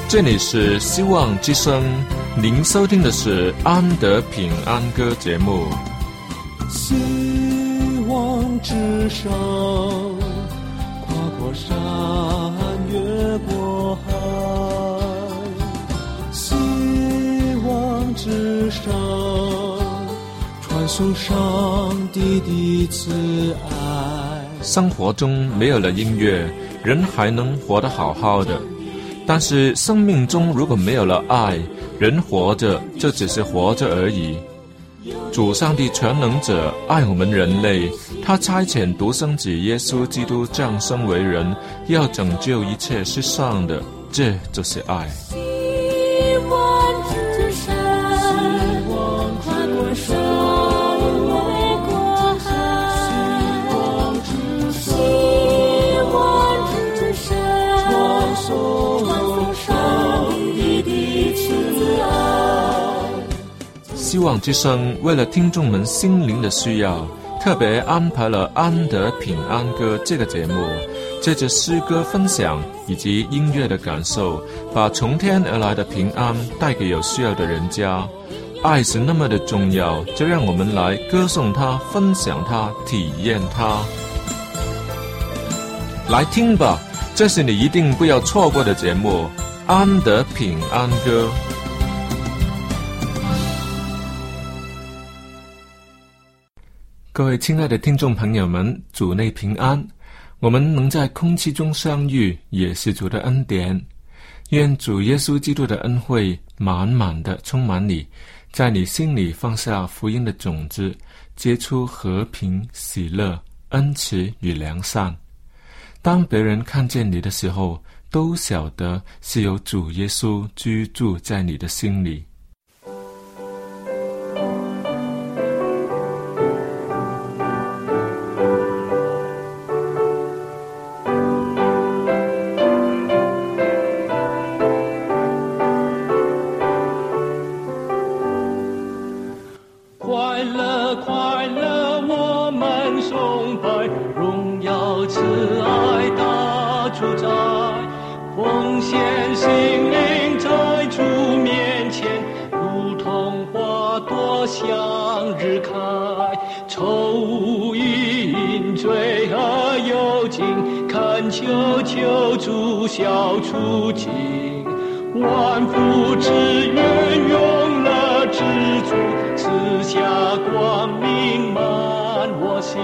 这里是希望之声，您收听的是安德平安歌节目。 希望之声，跨过山，越过海。希望之声，传送上帝的慈爱。 生活中没有了音乐，人还能活得好好的。但是生命中如果没有了爱，人活着就只是活着而已。主上帝全能者爱我们人类，他差遣独生子耶稣基督降生为人，要拯救一切世上的，这就是爱。 希望之声，跨过山，越过海。希望之声，传送上帝的慈爱。 希望之声为了听众们心灵的需要，特别安排了安德平安歌这个节目，借着诗歌分享以及音乐的感受，把从天而来的平安带给有需要的人家。爱是那么的重要，就让我们来歌颂它，分享它，体验它。来听吧，这是你一定不要错过的节目，安德平安歌。各位亲爱的听众朋友们，主内平安。我们能在空气中相遇，也是主的恩典。愿主耶稣基督的恩惠满满的充满你，在你心里放下福音的种子，结出和平、喜乐、恩慈与良善。当别人看见你的时候，都晓得是有主耶稣居住在你的心里。 向日开，愁云追而有尽，恳求求主消除尽，万福之源永乐之主，赐下光明满我心，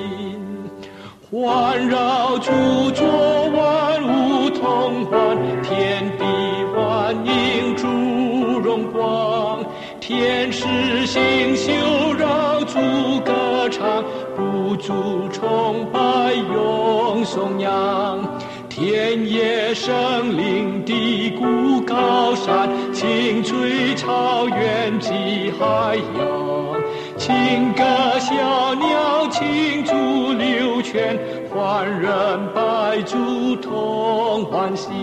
环绕著作万物同欢，天地万应主荣光，天使星宿绕主歌唱，不住崇拜永颂扬，田野生灵低谷高山，青翠草原及海洋，情歌小鸟庆祝流泉，欢人百主同欢心。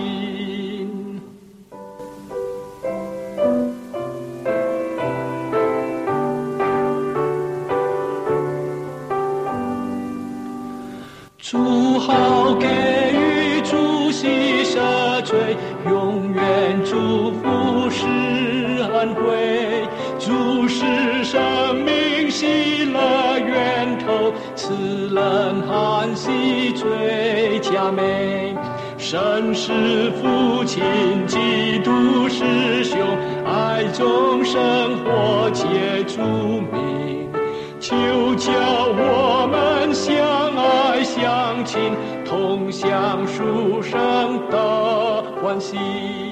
主好给予，主喜赦罪，永远祝福是恩惠，主是生命喜乐源头，赐人欢喜最佳美，神是父亲，基督是兄，爱中生活皆主名，求教我们相爱相亲，同享殊胜的欢欣，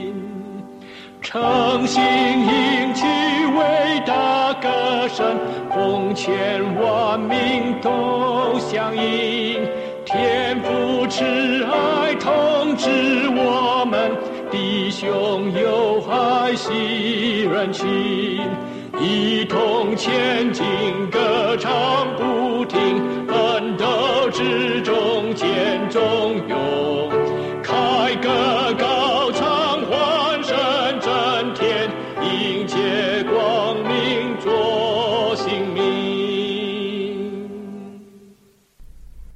诚心迎起伟大歌声，奉劝万民都响应，天父慈爱统治我们，弟兄友爱喜人情，一同前进，歌唱不停，奋斗之中见中勇，开歌高唱，欢声震天，迎接光明做新民。 有一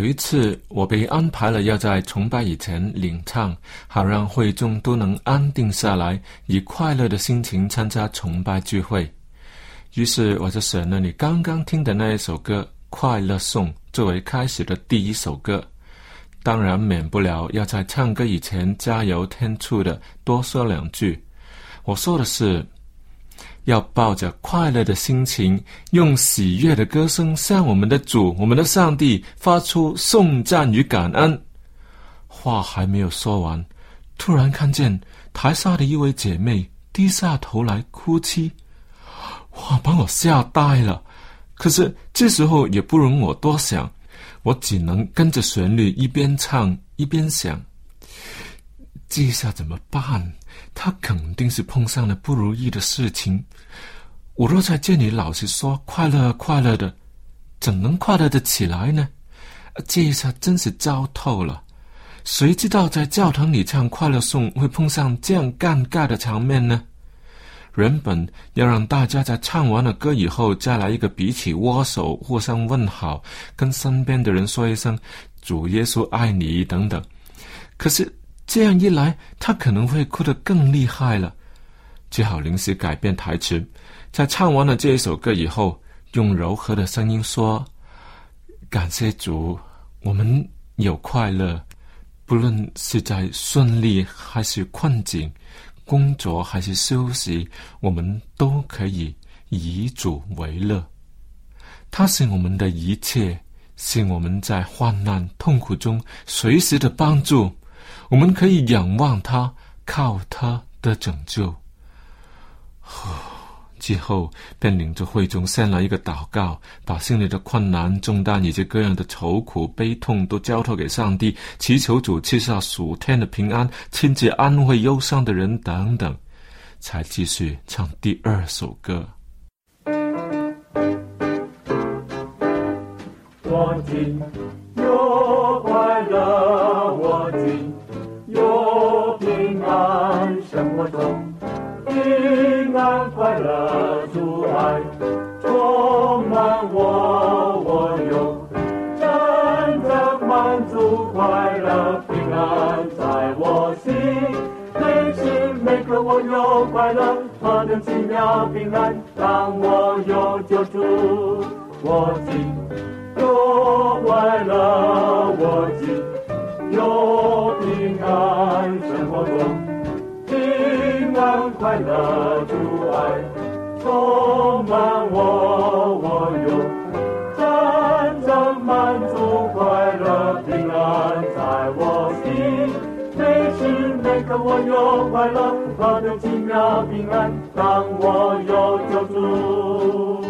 一次，我被安排了要在崇拜以前领唱，好让会众都能安定下来，以快乐的心情参加崇拜聚会。于是我就选了你刚刚听的那一首歌《快乐颂》作为开始的第一首歌。当然免不了要在唱歌以前加油添醋的多说两句。我说的是，要抱着快乐的心情，用喜悦的歌声向我们的主，我们的上帝发出颂赞与感恩。话还没有说完，突然看见台下的一位姐妹低下头来哭泣，哇，把我吓呆了。可是这时候也不容我多想，我只能跟着旋律一边唱一边想，这下怎么办？他肯定是碰上了不如意的事情。我若在这里老是说快乐快乐的，怎能快乐得起来呢？这一下真是糟透了。谁知道在教堂里唱快乐颂会碰上这样尴尬的场面呢？原本要让大家在唱完了歌以后再来一个彼此握手，互相问好，跟身边的人说一声主耶稣爱你等等。可是这样一来，他可能会哭得更厉害了，只好临时改变台词，在唱完了这一首歌以后，用柔和的声音说，感谢主，我们有快乐，不论是在顺利还是困境，工作还是休息，我们都可以以主为乐。他是我们的一切，是我们在患难痛苦中随时的帮助，我们可以仰望他，靠他的拯救。之后便领着会众献来一个祷告，把心里的困难重担以及各样的愁苦悲痛都交托给上帝，祈求主赐下属天的平安，亲自安慰忧伤的人等等，才继续唱第二首歌。 我今有快乐，我今有平安，生活中平安快乐主爱充满我，我有真正满足快乐平安在我心，每时每刻我有快乐，何等奇妙平安，当我有救主。我今有快乐，我今有平安，生活中平安快乐主爱充满我，我有真正满足快乐平安在我心，每时每刻我有快乐，何等奇妙平安，当我有救主。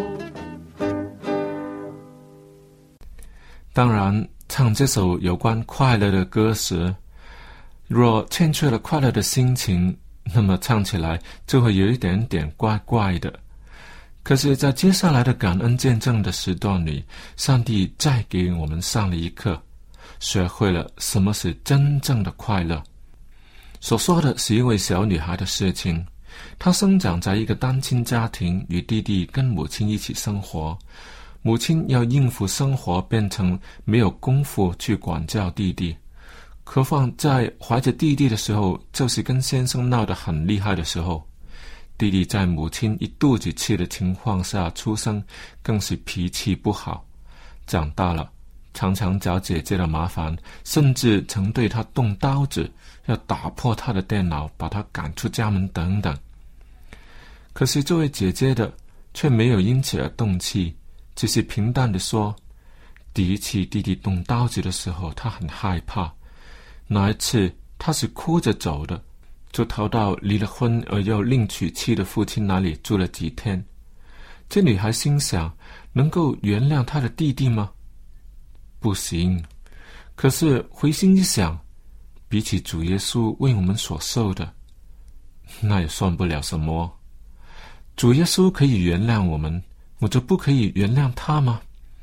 当然，唱这首有关快乐的歌时，若欠缺了快乐的心情，那么唱起来就会有一点点怪怪的。可是在接下来的感恩见证的时段里，上帝再给我们上了一课，学会了什么是真正的快乐。所说的是一位小女孩的事情，她生长在一个单亲家庭，与弟弟跟母亲一起生活。母亲要应付生活，变成没有功夫去管教弟弟，何况在怀着弟弟的时候，就是跟先生闹得很厉害的时候。弟弟在母亲一肚子气的情况下出生，更是脾气不好，长大了常常找姐姐的麻烦，甚至曾对他动刀子，要打破他的电脑，把他赶出家门等等。可是作为姐姐的却没有因此而动气，只是平淡地说，第一次弟弟动刀子的时候，他很害怕。那一次他是哭着走的，就逃到离了婚而又另娶妻的父亲那里住了几天。这女孩心想，能够原谅她的弟弟吗？不行。可是回心一想，比起主耶稣为我们所受的，那也算不了什么。主耶稣可以原谅我们，我就不可以原谅他吗？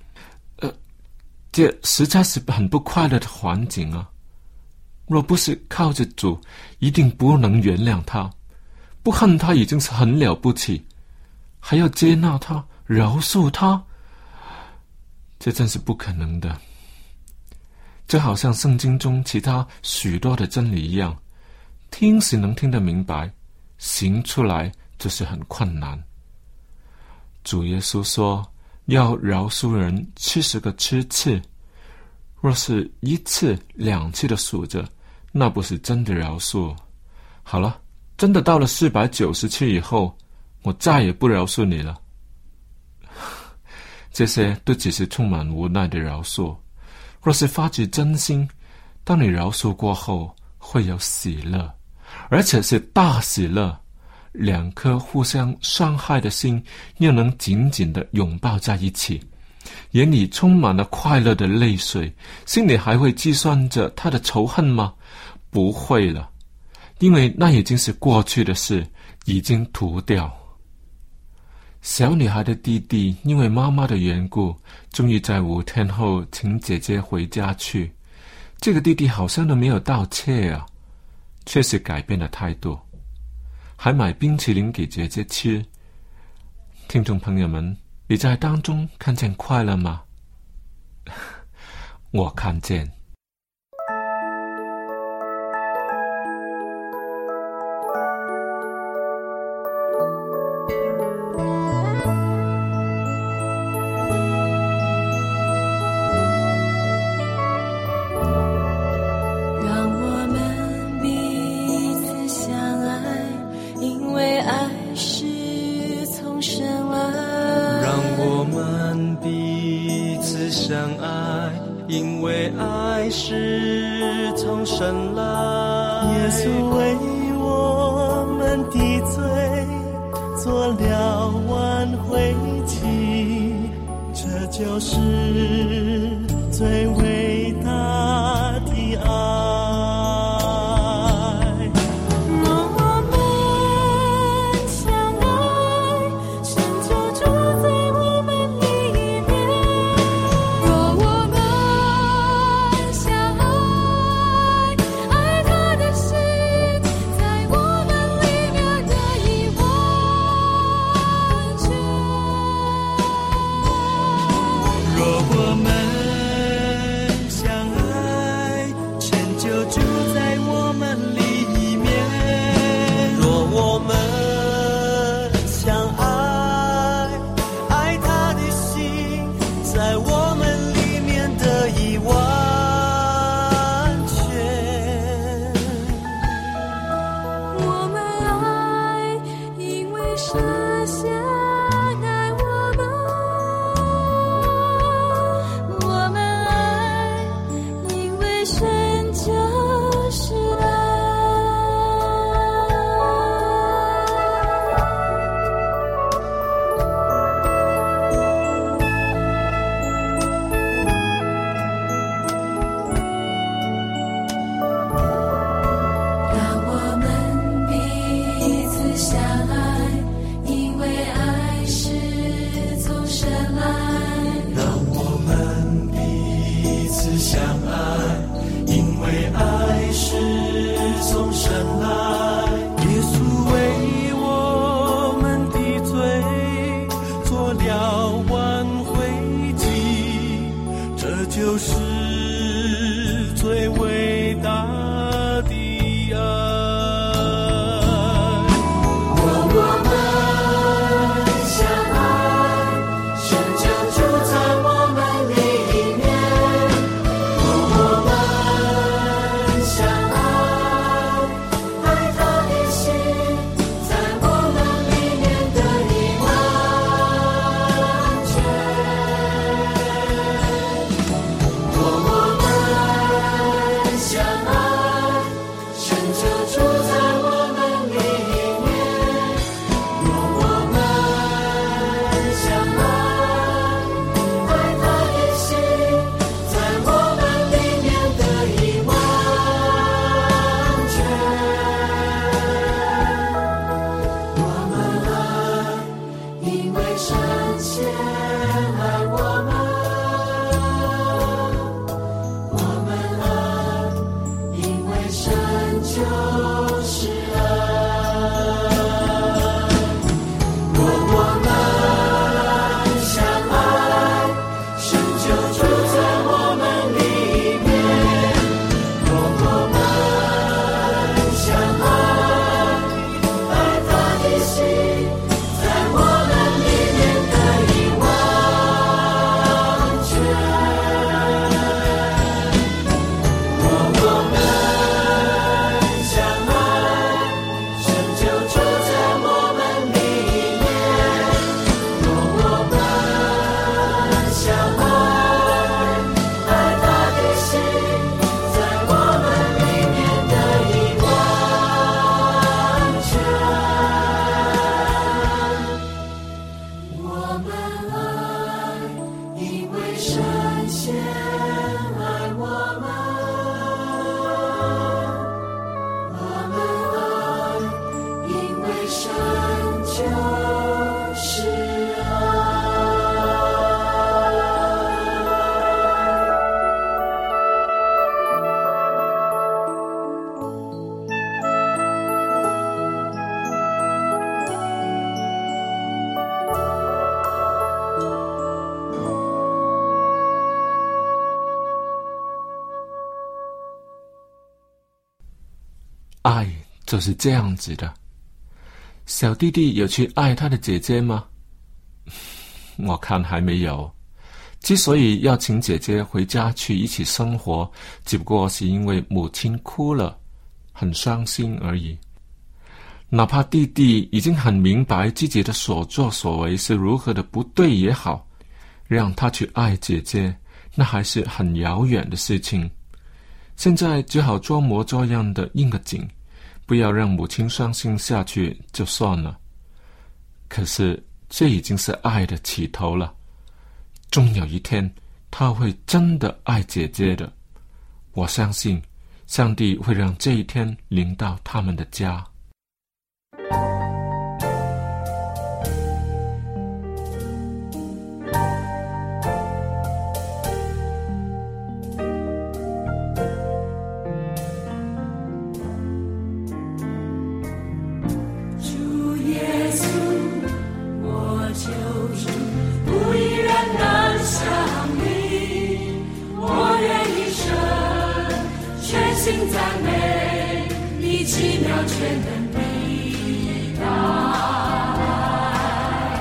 这实在是很不快乐的环境啊！若不是靠着主，一定不能原谅他。不恨他已经是很了不起，还要接纳他，饶恕他，这真是不可能的。 就好像圣经中其他许多的真理一样，听是能听得明白，行出来就是很困难。主耶稣说要饶恕人70个吃次，若是1次2次的数着，那不是真的饶恕。好了，真的到了490次以后，我再也不饶恕你了。这些都只是充满无奈的饶恕。若是发自真心，当你饶恕过后，会有喜乐，而且是大喜乐。2颗互相伤害的心又能紧紧地拥抱在一起，眼里充满了快乐的泪水，心里还会计算着他的仇恨吗？不会了，因为那已经是过去的事，已经涂掉。小女孩的弟弟因为妈妈的缘故，终于在5天后请姐姐回家去。这个弟弟好像都没有盗窃啊，确实改变了态度，还买冰淇淋给姐姐吃。听众朋友们，你在当中看见快乐吗？我看见。 因为爱是从神来， 耶稣为我们的罪做了挽回祭，这就是最伟大的爱。 爱就是这样子的。小弟弟有去爱他的姐姐吗？我看还没有。之所以要请姐姐回家去一起生活，只不过是因为母亲哭了，很伤心而已。哪怕弟弟已经很明白自己的所作所为是如何的不对也好，让他去爱姐姐，那还是很遥远的事情。现在只好装模作样的应个景，不要让母亲伤心下去就算了。可是这已经是爱的起头了，终有一天他会真的爱姐姐的。我相信上帝会让这一天临到他们的家。 奇妙全能的爱，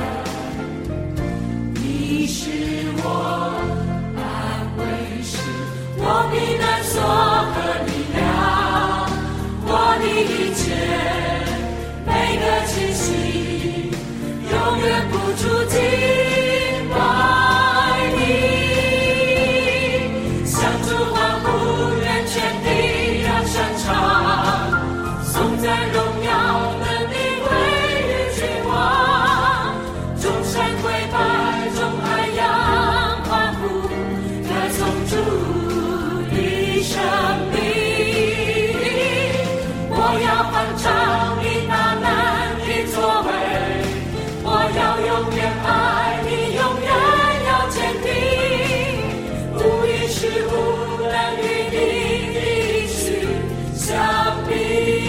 你是我安慰时我避难所和力量，我的一切每个气息永远不住敬拜你，向主欢呼，愿全地让声唱，颂赞荣耀能力归于君王，众山跪拜，众海洋欢呼，歌颂主的生命。我要欢唱你大能的作为，我要永远爱你，永远要坚定，无一事无能与你的许相比。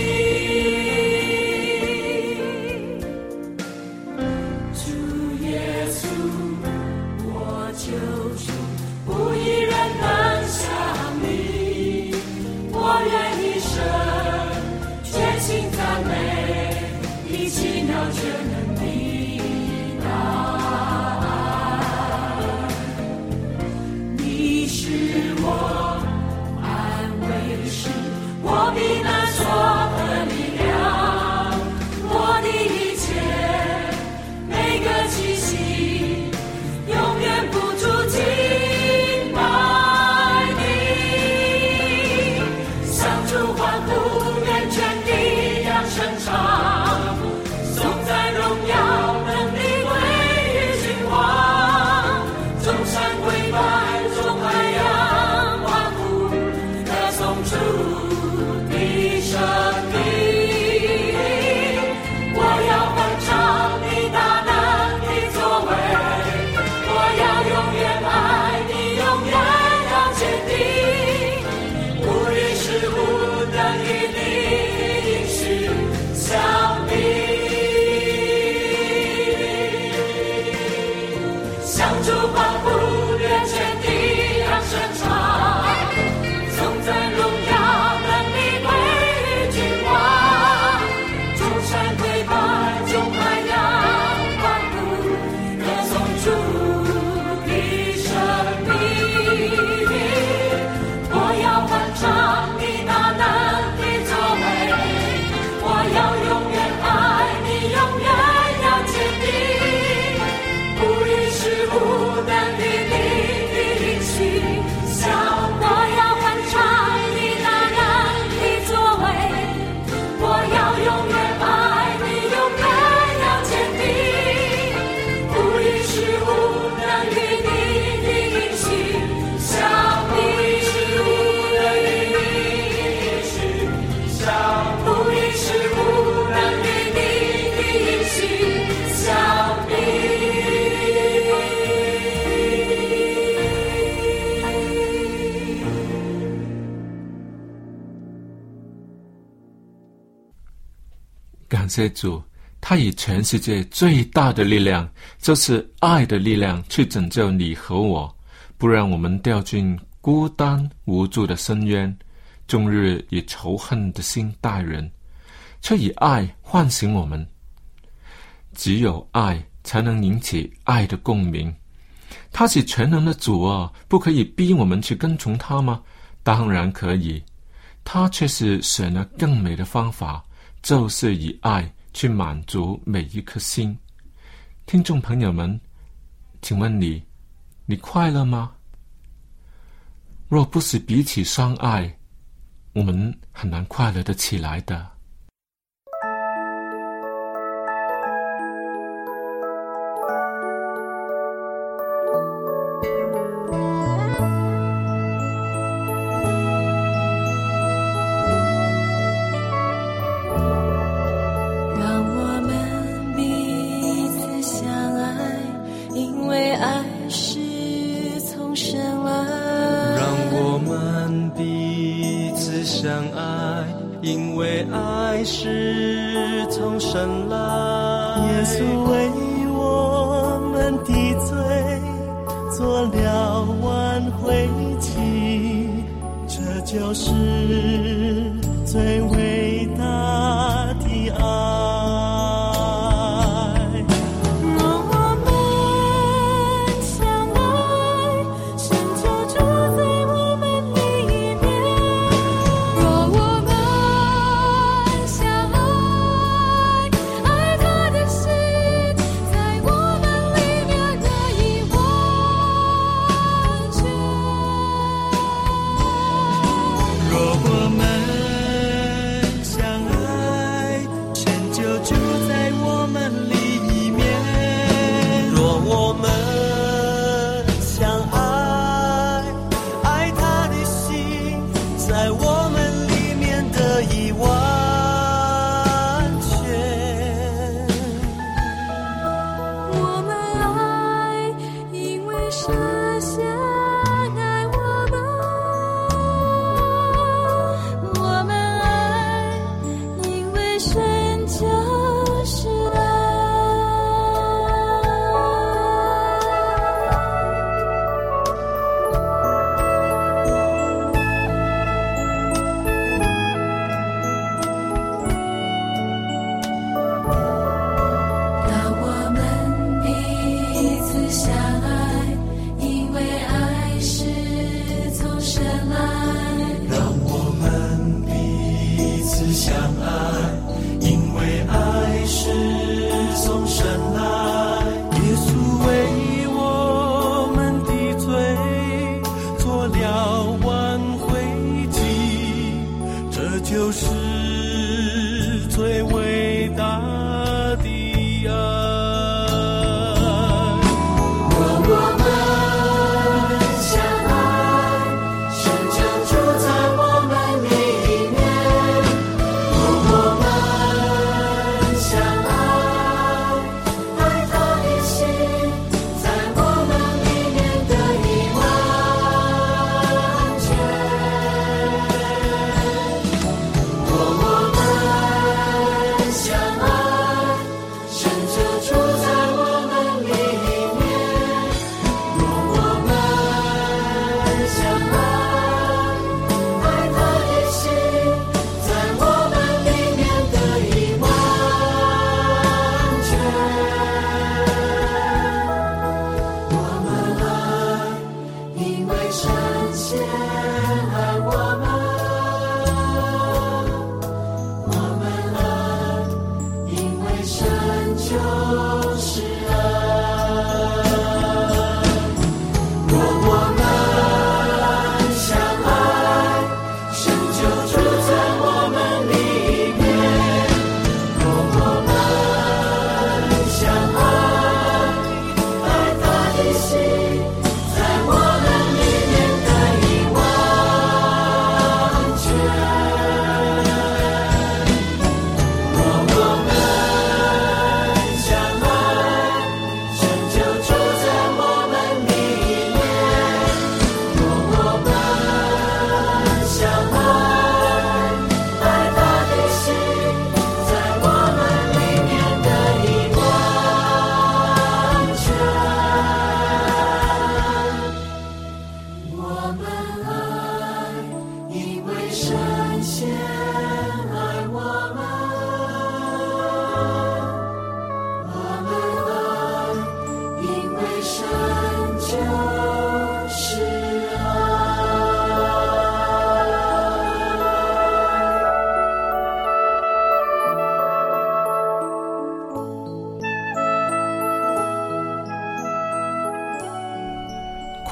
感谢主，他以全世界最大的力量，就是爱的力量，去拯救你和我，不让我们掉进孤单无助的深渊，终日以仇恨的心待人， 却以爱唤醒我们。只有爱才能引起爱的共鸣。他是全能的主啊，不可以逼我们去跟从他吗？当然可以。他却是选了更美的方法，就是以爱去满足每一颗心。听众朋友们，请问你快乐吗？若不是彼此相爱，我们很难快乐得起来的。 因为爱是从神来， 耶稣为我们的罪做了挽回祭，这就是最伟大的爱。就是最伟大的爱。 若我们相爱，神就住在我们里面；若我们相爱，爱他的心在我们里面得以完全。我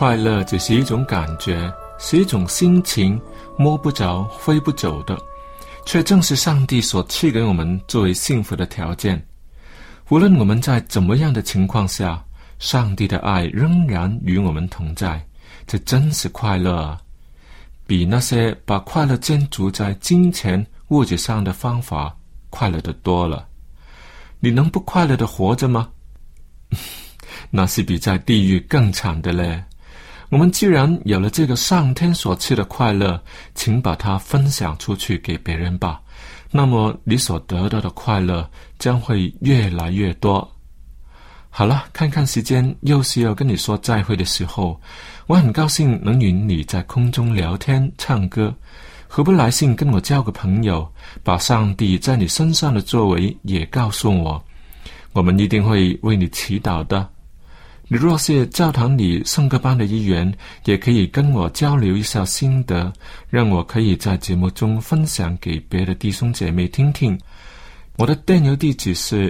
快乐只是一种感觉，是一种心情，摸不着挥不走的，却正是上帝所赐给我们作为幸福的条件。无论我们在怎么样的情况下，上帝的爱仍然与我们同在，这真是快乐啊！比那些把快乐建筑在金钱物质上的方法快乐得多了。你能不快乐地活着吗？那是比在地狱更惨的嘞。我们既然有了这个上天所赐的快乐，请把它分享出去给别人吧，那么你所得到的快乐将会越来越多。好了，看看时间，又是要跟你说再会的时候。我很高兴能与你在空中聊天唱歌，何不来信跟我交个朋友，把上帝在你身上的作为也告诉我，我们一定会为你祈祷的。你若是教堂里圣歌班的一员，也可以跟我交流一下心得，让我可以在节目中分享给别的弟兄姐妹听听。我的电邮地址是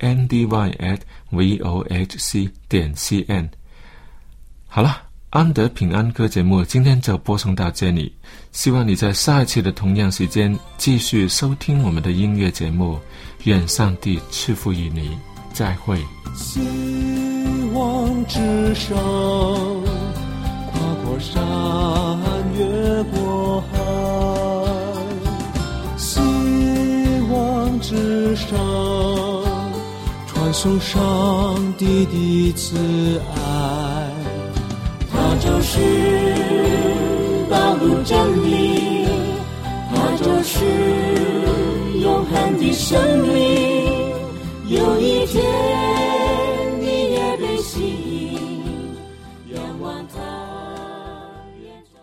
andy@vohc.cn。 好了，安德平安歌节目今天就播送到这里，希望你在下一期的同样时间继续收听我们的音乐节目。愿上帝赐福于你，再会。 希望之上，跨过山，越过海，希望之上，传送上帝的慈爱。 它就是道路真理，它就是永恒的生命。有一天